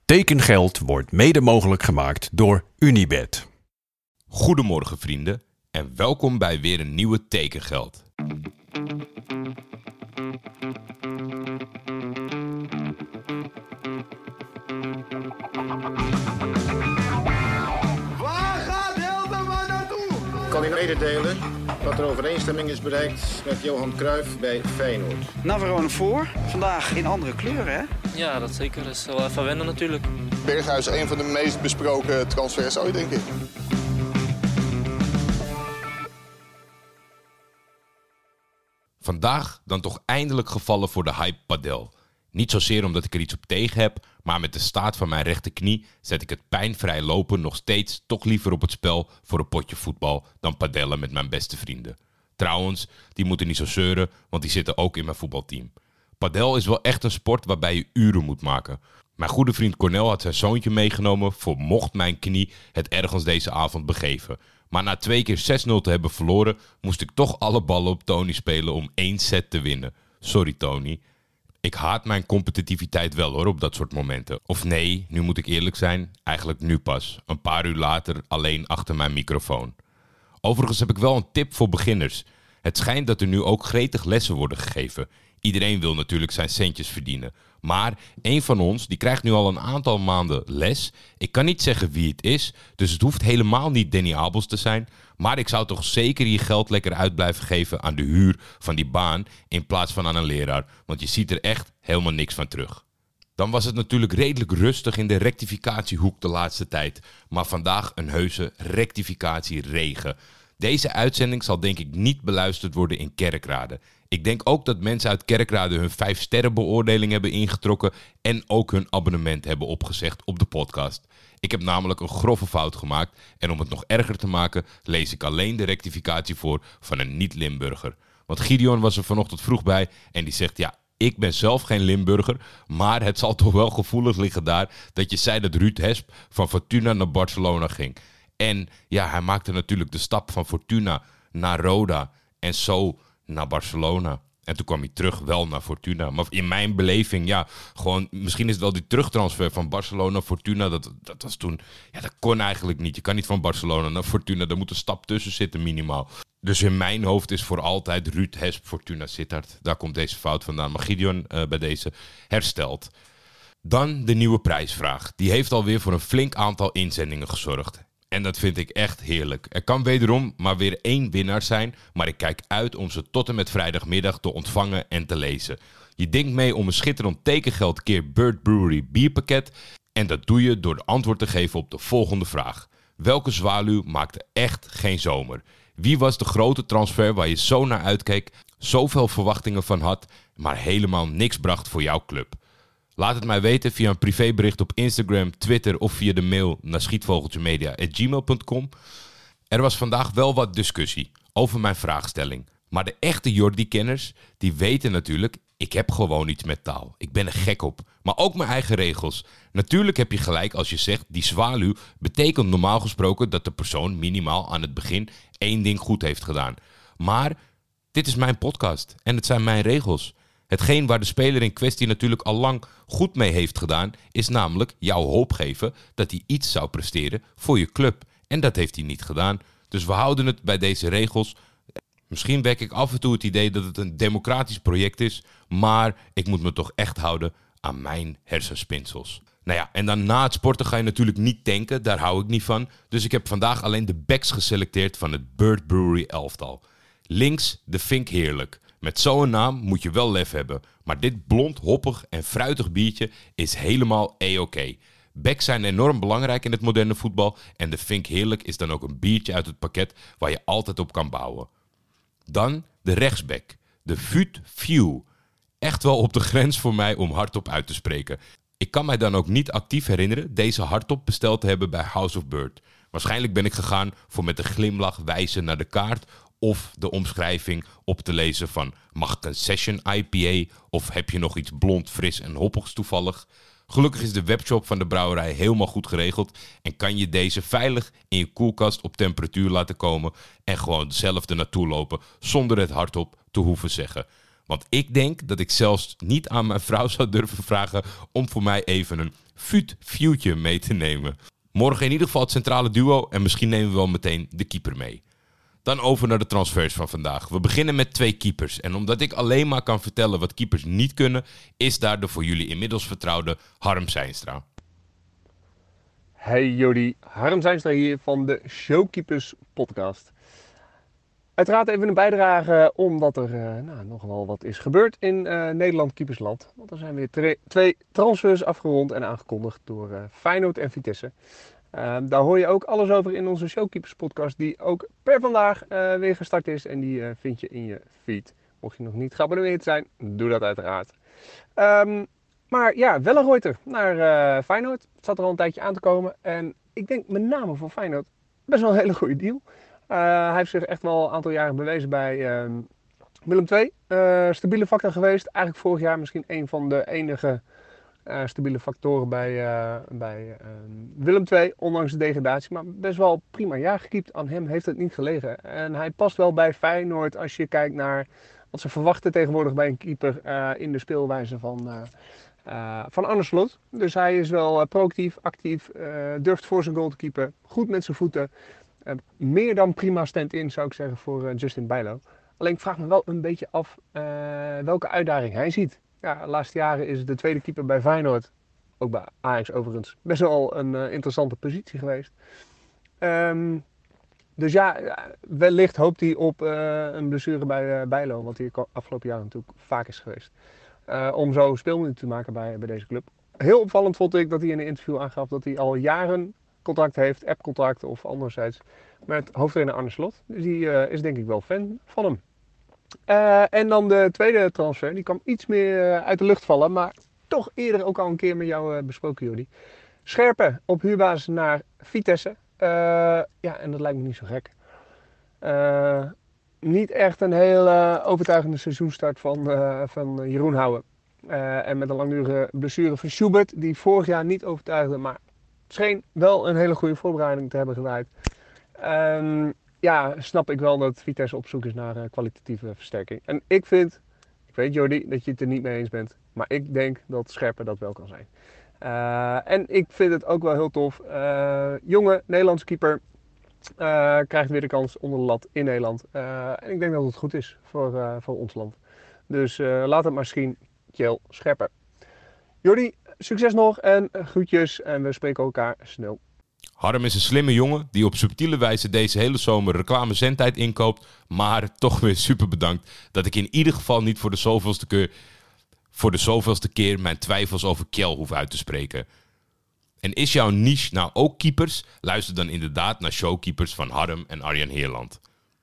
Tekengeld wordt mede mogelijk gemaakt door Unibet. Goedemorgen vrienden en welkom bij weer een nieuwe Tekengeld. Waar gaat Hilterman naartoe? Ik kan u mededelen dat er overeenstemming is bereikt met Johan Cruijff bij Feyenoord. Navarone voor, vandaag in andere kleuren, hè? Ja, dat zeker. Dat is wel even wennen natuurlijk. Berghuis een van de meest besproken transfers ooit, denk ik. Vandaag dan toch eindelijk gevallen voor de hype padel. Niet zozeer omdat ik er iets op tegen heb, maar met de staat van mijn rechterknie zet ik het pijnvrij lopen nog steeds toch liever op het spel voor een potje voetbal dan padellen met mijn beste vrienden. Trouwens, die moeten niet zo zeuren, want die zitten ook in mijn voetbalteam. Padel is wel echt een sport waarbij je uren moet maken. Mijn goede vriend Cornel had zijn zoontje meegenomen voor mocht mijn knie het ergens deze avond begeven. Maar na 2 keer 6-0 te hebben verloren, moest ik toch alle ballen op Tony spelen om 1 set te winnen. Sorry Tony. Ik haat mijn competitiviteit wel hoor op dat soort momenten. Of nee, nu moet ik eerlijk zijn, eigenlijk nu pas. Een paar uur later alleen achter mijn microfoon. Overigens heb ik wel een tip voor beginners. Het schijnt dat er nu ook gretig lessen worden gegeven. Iedereen wil natuurlijk zijn centjes verdienen. Maar één van ons die krijgt nu al een aantal maanden les. Ik kan niet zeggen wie het is, dus het hoeft helemaal niet Danny Abels te zijn. Maar ik zou toch zeker je geld lekker uit blijven geven aan de huur van die baan in plaats van aan een leraar. Want je ziet er echt helemaal niks van terug. Dan was het natuurlijk redelijk rustig in de rectificatiehoek de laatste tijd. Maar vandaag een heuse rectificatieregen. Deze uitzending zal denk ik niet beluisterd worden in Kerkrade. Ik denk ook dat mensen uit Kerkrade hun 5-sterren beoordeling hebben ingetrokken en ook hun abonnement hebben opgezegd op de podcast. Ik heb namelijk een grove fout gemaakt en om het nog erger te maken lees ik alleen de rectificatie voor van een niet-Limburger. Want Gideon was er vanochtend vroeg bij en die zegt ja, ik ben zelf geen Limburger, maar het zal toch wel gevoelig liggen daar dat je zei dat Ruud Hesp van Fortuna naar Barcelona ging. En ja, hij maakte natuurlijk de stap van Fortuna naar Roda en zo naar Barcelona. En toen kwam hij terug wel naar Fortuna. Maar in mijn beleving, ja, gewoon, misschien is het wel die terugtransfer van Barcelona naar Fortuna. Dat was toen, ja, dat kon eigenlijk niet. Je kan niet van Barcelona naar Fortuna, daar moet een stap tussen zitten minimaal. Dus in mijn hoofd is voor altijd Ruud Hesp, Fortuna Sittard. Daar komt deze fout vandaan. Maar Gideon bij deze hersteld. Dan de nieuwe prijsvraag. Die heeft alweer voor een flink aantal inzendingen gezorgd. En dat vind ik echt heerlijk. Er kan wederom maar weer 1 winnaar zijn, maar ik kijk uit om ze tot en met vrijdagmiddag te ontvangen en te lezen. Je denkt mee om een schitterend tekengeld keer Bird Brewery bierpakket en dat doe je door de antwoord te geven op de volgende vraag. Welke zwaluw maakte echt geen zomer? Wie was de grote transfer waar je zo naar uitkeek, zoveel verwachtingen van had, maar helemaal niks bracht voor jouw club? Laat het mij weten via een privébericht op Instagram, Twitter of via de mail naar schietvogeltjemedia@gmail.com. Er was vandaag wel wat discussie over mijn vraagstelling. Maar de echte Jordi-kenners, die weten natuurlijk, ik heb gewoon iets met taal. Ik ben er gek op. Maar ook mijn eigen regels. Natuurlijk heb je gelijk als je zegt, die zwaluw betekent normaal gesproken dat de persoon minimaal aan het begin 1 ding goed heeft gedaan. Maar dit is mijn podcast en het zijn mijn regels. Hetgeen waar de speler in kwestie natuurlijk al lang goed mee heeft gedaan, is namelijk jou hoop geven dat hij iets zou presteren voor je club. En dat heeft hij niet gedaan. Dus we houden het bij deze regels. Misschien wek ik af en toe het idee dat het een democratisch project is, maar ik moet me toch echt houden aan mijn hersenspinsels. Nou ja, en dan na het sporten ga je natuurlijk niet tanken, daar hou ik niet van. Dus ik heb vandaag alleen de backs geselecteerd van het Bird Brewery elftal. Links de Vink Heerlijk. Met zo'n naam moet je wel lef hebben. Maar dit blond, hoppig en fruitig biertje is helemaal A-OK. Backs zijn enorm belangrijk in het moderne voetbal. En de Vink Heerlijk is dan ook een biertje uit het pakket waar je altijd op kan bouwen. Dan de rechtsback. De Vut Few. Echt wel op de grens voor mij om hardop uit te spreken. Ik kan mij dan ook niet actief herinneren deze hardop besteld te hebben bij House of Bird. Waarschijnlijk ben ik gegaan voor met een glimlach wijzen naar de kaart of de omschrijving op te lezen van mag het een session IPA of heb je nog iets blond, fris en hoppigs toevallig? Gelukkig is de webshop van de brouwerij helemaal goed geregeld en kan je deze veilig in je koelkast op temperatuur laten komen en gewoon zelf er naartoe lopen zonder het hardop te hoeven zeggen. Want ik denk dat ik zelfs niet aan mijn vrouw zou durven vragen om voor mij even een viewtje mee te nemen. Morgen in ieder geval het centrale duo en misschien nemen we wel meteen de keeper mee. Dan over naar de transfers van vandaag. We beginnen met 2 keepers. En omdat ik alleen maar kan vertellen wat keepers niet kunnen, is daar de voor jullie inmiddels vertrouwde Harm Zijnstra. Hey Jody, Harm Zijnstra hier van de Showkeepers podcast. Uiteraard even een bijdrage omdat er nogal wat is gebeurd in Nederland keepersland. Want er zijn weer 2 transfers afgerond en aangekondigd door Feyenoord en Vitesse. Daar hoor je ook alles over in onze Showkeepers podcast die ook per vandaag weer gestart is. En die vind je in je feed. Mocht je nog niet geabonneerd zijn, doe dat uiteraard. Maar ja, Wellenreuter naar Feyenoord. Het zat er al een tijdje aan te komen. En ik denk met name voor Feyenoord best wel een hele goede deal. Hij heeft zich echt wel een aantal jaren bewezen bij Willem II. Stabiele factor geweest. Eigenlijk vorig jaar misschien een van de enige stabiele factoren bij Willem II. Ondanks de degradatie. Maar best wel prima jaar gekiept. Aan hem heeft het niet gelegen. En hij past wel bij Feyenoord als je kijkt naar wat ze verwachten tegenwoordig bij een keeper in de speelwijze van Arne Slot. Dus hij is wel proactief, actief, durft voor zijn goal te keepen. Goed met zijn voeten. Meer dan prima stand-in zou ik zeggen voor Justin Bijlo. Alleen ik vraag me wel een beetje af welke uitdaging hij ziet. Ja, de laatste jaren is de tweede keeper bij Feyenoord, ook bij Ajax overigens, best wel een interessante positie geweest. Dus ja, wellicht hoopt hij op een blessure bij Bijlo, wat hij afgelopen jaar natuurlijk vaak is geweest. Om zo speelminuten te maken bij deze club. Heel opvallend vond ik dat hij in een interview aangaf dat hij al jaren contract heeft, appcontract of anderzijds, met hoofdtrainer Arne Slot. Dus die is denk ik wel fan van hem. En dan de tweede transfer, die kwam iets meer uit de lucht vallen, maar toch eerder ook al een keer met jou besproken, Jordi. Scherpen op huurbasis naar Vitesse. Ja, en dat lijkt me niet zo gek. Niet echt een heel overtuigende seizoenstart van Jeroen Houwen. En met een langdurige blessure van Schubert, die vorig jaar niet overtuigde, maar scheen wel een hele goede voorbereiding te hebben gedraaid. Ja, snap ik wel dat Vitesse op zoek is naar kwalitatieve versterking. En ik weet Jordi, dat je het er niet mee eens bent, maar ik denk dat Scherpen dat wel kan zijn. En ik vind het ook wel heel tof. Jonge Nederlandse keeper krijgt weer de kans onder de lat in Nederland. En ik denk dat het goed is voor ons land. Dus laat het maar zien. Kjell Scherpen. Jordi, succes nog en groetjes en we spreken elkaar snel. Harm is een slimme jongen die op subtiele wijze deze hele zomer reclamezendtijd inkoopt. Maar toch weer super bedankt dat ik in ieder geval niet voor de zoveelste keer mijn twijfels over Kjell hoef uit te spreken. En is jouw niche nou ook keepers? Luister dan inderdaad naar Showkeepers van Harm en Arjan Heerland.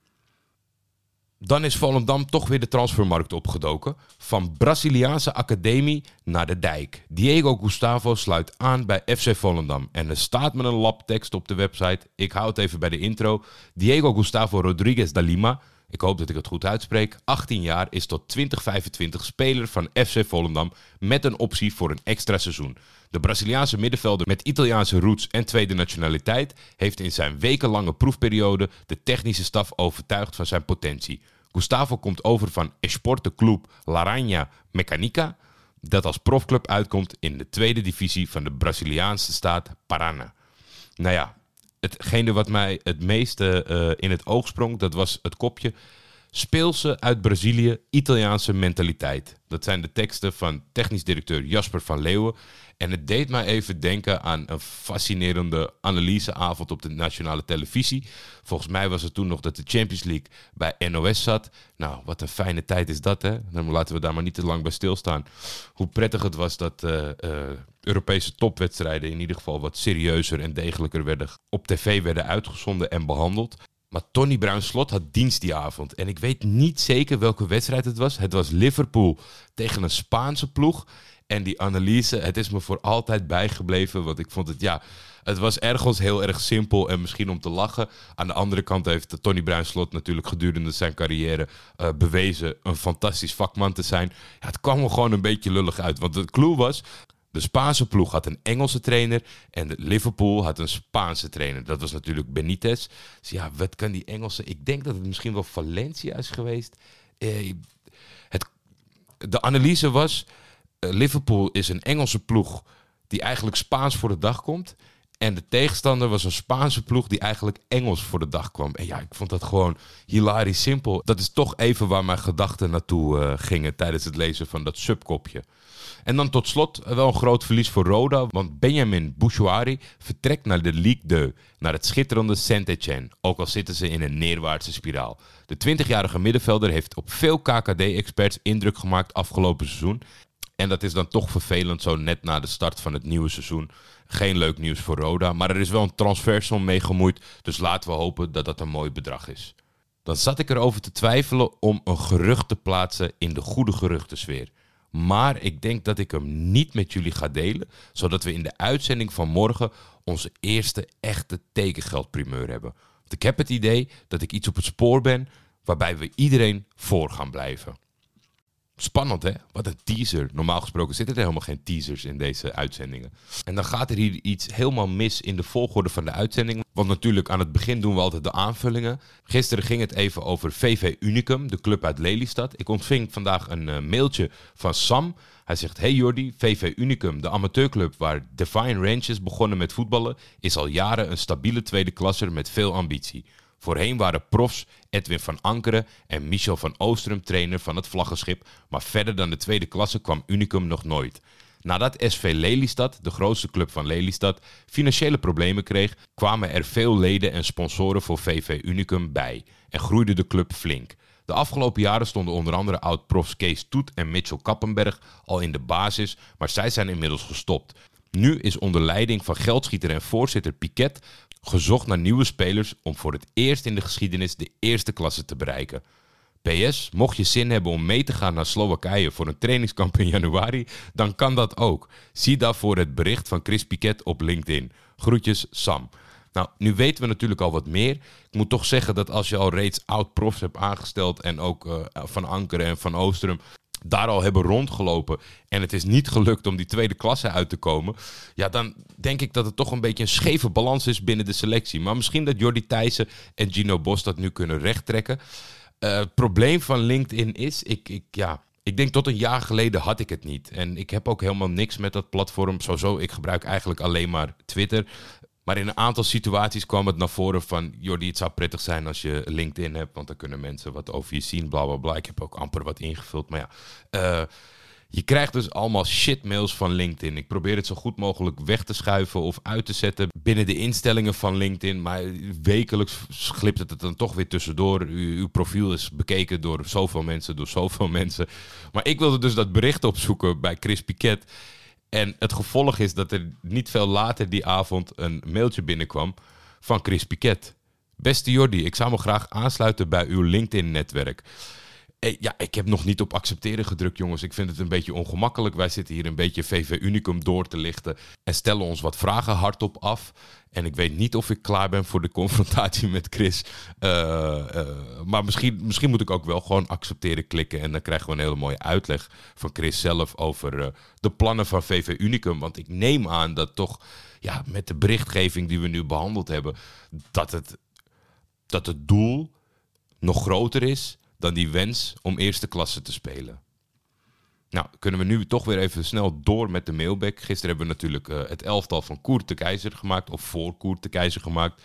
Dan is Volendam toch weer de transfermarkt opgedoken. Van Braziliaanse academie naar de dijk. Diego Gustavo sluit aan bij FC Volendam. En er staat met een labtekst op de website. Ik hou het even bij de intro. Diego Gustavo Rodrigues da Lima. Ik hoop dat ik het goed uitspreek. 18 jaar, is tot 2025 speler van FC Volendam met een optie voor een extra seizoen. De Braziliaanse middenvelder met Italiaanse roots en tweede nationaliteit heeft in zijn wekenlange proefperiode de technische staf overtuigd van zijn potentie. Gustavo komt over van Esporte Club Laranha Mecânica, dat als profclub uitkomt in de tweede divisie van de Braziliaanse staat Paraná. Nou ja, hetgene wat mij het meeste in het oog sprong, dat was het kopje. Speelse uit Brazilië, Italiaanse mentaliteit. Dat zijn de teksten van technisch directeur Jasper van Leeuwen. En het deed mij even denken aan een fascinerende analyseavond op de nationale televisie. Volgens mij was het toen nog dat de Champions League bij NOS zat. Nou, wat een fijne tijd is dat, hè? Dan laten we daar maar niet te lang bij stilstaan. Hoe prettig het was dat Europese topwedstrijden in ieder geval wat serieuzer en degelijker op tv werden uitgezonden en behandeld. Maar Tony Bruins-Slot had dienst die avond. En ik weet niet zeker welke wedstrijd het was. Het was Liverpool tegen een Spaanse ploeg. En die analyse, het is me voor altijd bijgebleven. Want ik vond het was ergens heel erg simpel en misschien om te lachen. Aan de andere kant heeft Tony Bruins-Slot natuurlijk gedurende zijn carrière bewezen een fantastisch vakman te zijn. Ja, het kwam er gewoon een beetje lullig uit. Want de clue was, de Spaanse ploeg had een Engelse trainer en de Liverpool had een Spaanse trainer. Dat was natuurlijk Benitez. Dus ja, wat kan die Engelse? Ik denk dat het misschien wel Valencia is geweest. De analyse was, Liverpool is een Engelse ploeg die eigenlijk Spaans voor de dag komt. En de tegenstander was een Spaanse ploeg die eigenlijk Engels voor de dag kwam. En ja, ik vond dat gewoon hilarisch simpel. Dat is toch even waar mijn gedachten naartoe gingen tijdens het lezen van dat subkopje. En dan tot slot wel een groot verlies voor Roda. Want Benjamin Bouchouari vertrekt naar de Ligue 2. Naar het schitterende Saint-Étienne. Ook al zitten ze in een neerwaartse spiraal. De 20-jarige middenvelder heeft op veel KKD-experts indruk gemaakt afgelopen seizoen. En dat is dan toch vervelend zo net na de start van het nieuwe seizoen. Geen leuk nieuws voor Roda, maar er is wel een transfersom mee gemoeid. Dus laten we hopen dat dat een mooi bedrag is. Dan zat ik erover te twijfelen om een gerucht te plaatsen in de goede geruchtensfeer. Maar ik denk dat ik hem niet met jullie ga delen, zodat we in de uitzending van morgen onze eerste echte tekengeldprimeur hebben. Want ik heb het idee dat ik iets op het spoor ben waarbij we iedereen voor gaan blijven. Spannend, hè? Wat een teaser. Normaal gesproken zitten er helemaal geen teasers in deze uitzendingen. En dan gaat er hier iets helemaal mis in de volgorde van de uitzending. Want natuurlijk aan het begin doen we altijd de aanvullingen. Gisteren ging het even over VV Unicum, de club uit Lelystad. Ik ontving vandaag een mailtje van Sam. Hij zegt, hey Jordi, VV Unicum, de amateurclub waar Divine Range is begonnen met voetballen, is al jaren een stabiele tweede klasser met veel ambitie. Voorheen waren profs Edwin van Ankeren en Michel van Oostrum trainer van het vlaggenschip, maar verder dan de tweede klasse kwam Unicum nog nooit. Nadat SV Lelystad, de grootste club van Lelystad, financiële problemen kreeg, kwamen er veel leden en sponsoren voor VV Unicum bij en groeide de club flink. De afgelopen jaren stonden onder andere oud-profs Kees Toet en Mitchell Kappenberg al in de basis, maar zij zijn inmiddels gestopt. Nu is onder leiding van geldschieter en voorzitter Piquet gezocht naar nieuwe spelers om voor het eerst in de geschiedenis de eerste klasse te bereiken. PS, mocht je zin hebben om mee te gaan naar Slowakije voor een trainingskamp in januari, dan kan dat ook. Zie daarvoor het bericht van Chris Piquet op LinkedIn. Groetjes, Sam. Nou, nu weten we natuurlijk al wat meer. Ik moet toch zeggen dat als je al reeds oud-profs hebt aangesteld en ook Van Ankeren en Van Oostrum daar al hebben rondgelopen en het is niet gelukt om die tweede klasse uit te komen, ja, dan denk ik dat het toch een beetje een scheve balans is binnen de selectie. Maar misschien dat Jordi Thijssen en Gino Bos dat nu kunnen rechttrekken. Het probleem van LinkedIn is, ik denk tot een jaar geleden had ik het niet. En ik heb ook helemaal niks met dat platform. Sowieso, ik gebruik eigenlijk alleen maar Twitter. Maar in een aantal situaties kwam het naar voren van, Jordi, het zou prettig zijn als je LinkedIn hebt, want dan kunnen mensen wat over je zien, bla bla bla. Ik heb ook amper wat ingevuld, maar ja. Je krijgt dus allemaal shitmails van LinkedIn. Ik probeer het zo goed mogelijk weg te schuiven of uit te zetten binnen de instellingen van LinkedIn. Maar wekelijks glipt het dan toch weer tussendoor. Uw profiel is bekeken door zoveel mensen. Maar ik wilde dus dat bericht opzoeken bij Chris Piquet. En het gevolg is dat er niet veel later die avond een mailtje binnenkwam van Chris Piquet. Beste Jordi, ik zou me graag aansluiten bij uw LinkedIn-netwerk. Ja, ik heb nog niet op accepteren gedrukt, jongens. Ik vind het een beetje ongemakkelijk. Wij zitten hier een beetje VV Unicum door te lichten en stellen ons wat vragen hardop af. En ik weet niet of ik klaar ben voor de confrontatie met Chris. Maar misschien moet ik ook wel gewoon accepteren klikken. En dan krijgen we een hele mooie uitleg van Chris zelf over de plannen van VV Unicum. Want ik neem aan dat toch, ja, met de berichtgeving die we nu behandeld hebben, dat het doel nog groter is dan die wens om eerste klasse te spelen. Nou, kunnen we nu toch weer even snel door met de mailback. Gisteren hebben we natuurlijk het elftal van Koert de Keizer gemaakt, of voor Koert de Keizer gemaakt.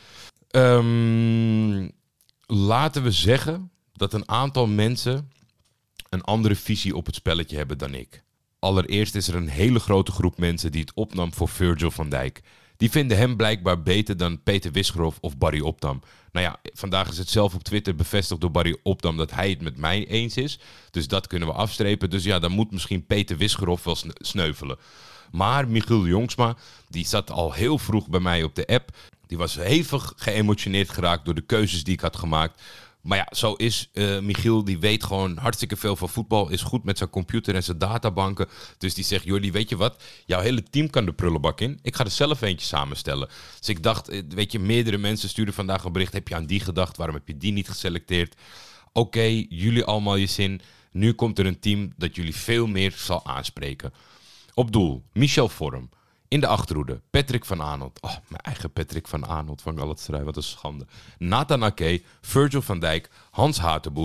Laten we zeggen dat een aantal mensen een andere visie op het spelletje hebben dan ik. Allereerst is er een hele grote groep mensen die het opnam voor Virgil van Dijk. Die vinden hem blijkbaar beter dan Peter Wisgerhoff of Barry Opdam. Nou ja, vandaag is het zelf op Twitter bevestigd door Barry Opdam dat hij het met mij eens is. Dus dat kunnen we afstrepen. Dus ja, dan moet misschien Peter Wisgerhoff wel sneuvelen. Maar Michiel Jongsma, die zat al heel vroeg bij mij op de app. Die was hevig geëmotioneerd geraakt door de keuzes die ik had gemaakt. Maar ja, zo is Michiel, die weet gewoon hartstikke veel van voetbal, is goed met zijn computer en zijn databanken. Dus die zegt, Jordi, weet je wat, jouw hele team kan de prullenbak in. Ik ga er zelf eentje samenstellen. Dus ik dacht, weet je, meerdere mensen sturen vandaag een bericht. Heb je aan die gedacht? Waarom heb je die niet geselecteerd? Oké, jullie allemaal je zin. Nu komt er een team dat jullie veel meer zal aanspreken. Op doel, Michel Vorm. In de achterhoede, Patrick van Aanholt. Oh, mijn eigen Patrick van Aanholt van Galatasaray, wat een schande. Nathan Ake, Virgil van Dijk, Hans Hatenboer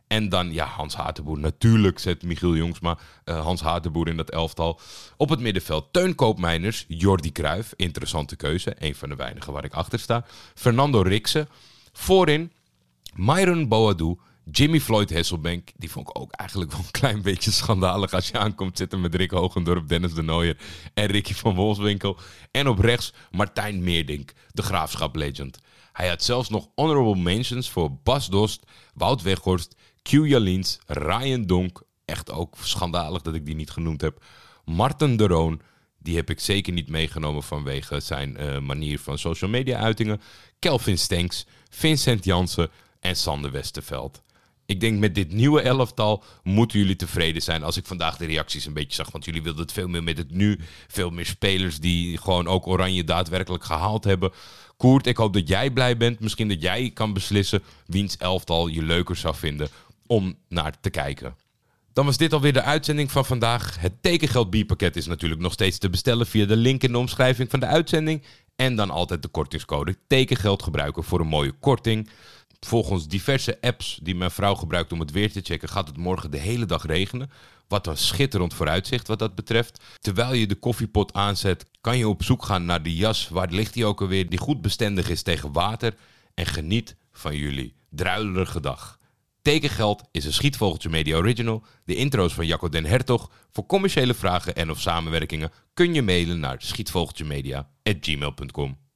En dan Hans Hatenboer. Natuurlijk zet Michiel Jongsma Hans Hatenboer in dat elftal. Op het middenveld Teun Koopmeiners, Jordi Cruijff. Interessante keuze. Een van de weinigen waar ik achter sta. Fernando Riksen. Voorin Myron Boadou. Jimmy Floyd Hesselbank. Die vond ik ook eigenlijk wel een klein beetje schandalig als je aankomt zitten met Rick Hoogendorp, Dennis de Nooijer en Ricky van Wolfswinkel. En op rechts Martijn Meerdink, de Graafschap legend. Hij had zelfs nog honorable mentions voor Bas Dost, Wout Weghorst, Q Jalins, Ryan Donk. Echt ook schandalig dat ik die niet genoemd heb. Marten de Roon. Die heb ik zeker niet meegenomen vanwege zijn manier van social media uitingen. Kelvin Stenks, Vincent Janssen en Sander Westerveld. Ik denk met dit nieuwe elftal moeten jullie tevreden zijn als ik vandaag de reacties een beetje zag. Want jullie wilden het veel meer met het nu. Veel meer spelers die gewoon ook Oranje daadwerkelijk gehaald hebben. Koert, ik hoop dat jij blij bent. Misschien dat jij kan beslissen wiens elftal je leuker zou vinden om naar te kijken. Dan was dit alweer de uitzending van vandaag. Het tekengeld bierpakket is natuurlijk nog steeds te bestellen via de link in de omschrijving van de uitzending. En dan altijd de kortingscode tekengeld gebruiken voor een mooie korting. Volgens diverse apps die mijn vrouw gebruikt om het weer te checken, gaat het morgen de hele dag regenen. Wat een schitterend vooruitzicht wat dat betreft. Terwijl je de koffiepot aanzet, kan je op zoek gaan naar de jas, waar ligt die ook alweer, die goed bestendig is tegen water. En geniet van jullie druilerige dag. Tekengeld is een Schietvogeltje Media Original. De intro's van Jacco den Hertog. Voor commerciële vragen en of samenwerkingen kun je mailen naar schietvogeltjemedia@gmail.com.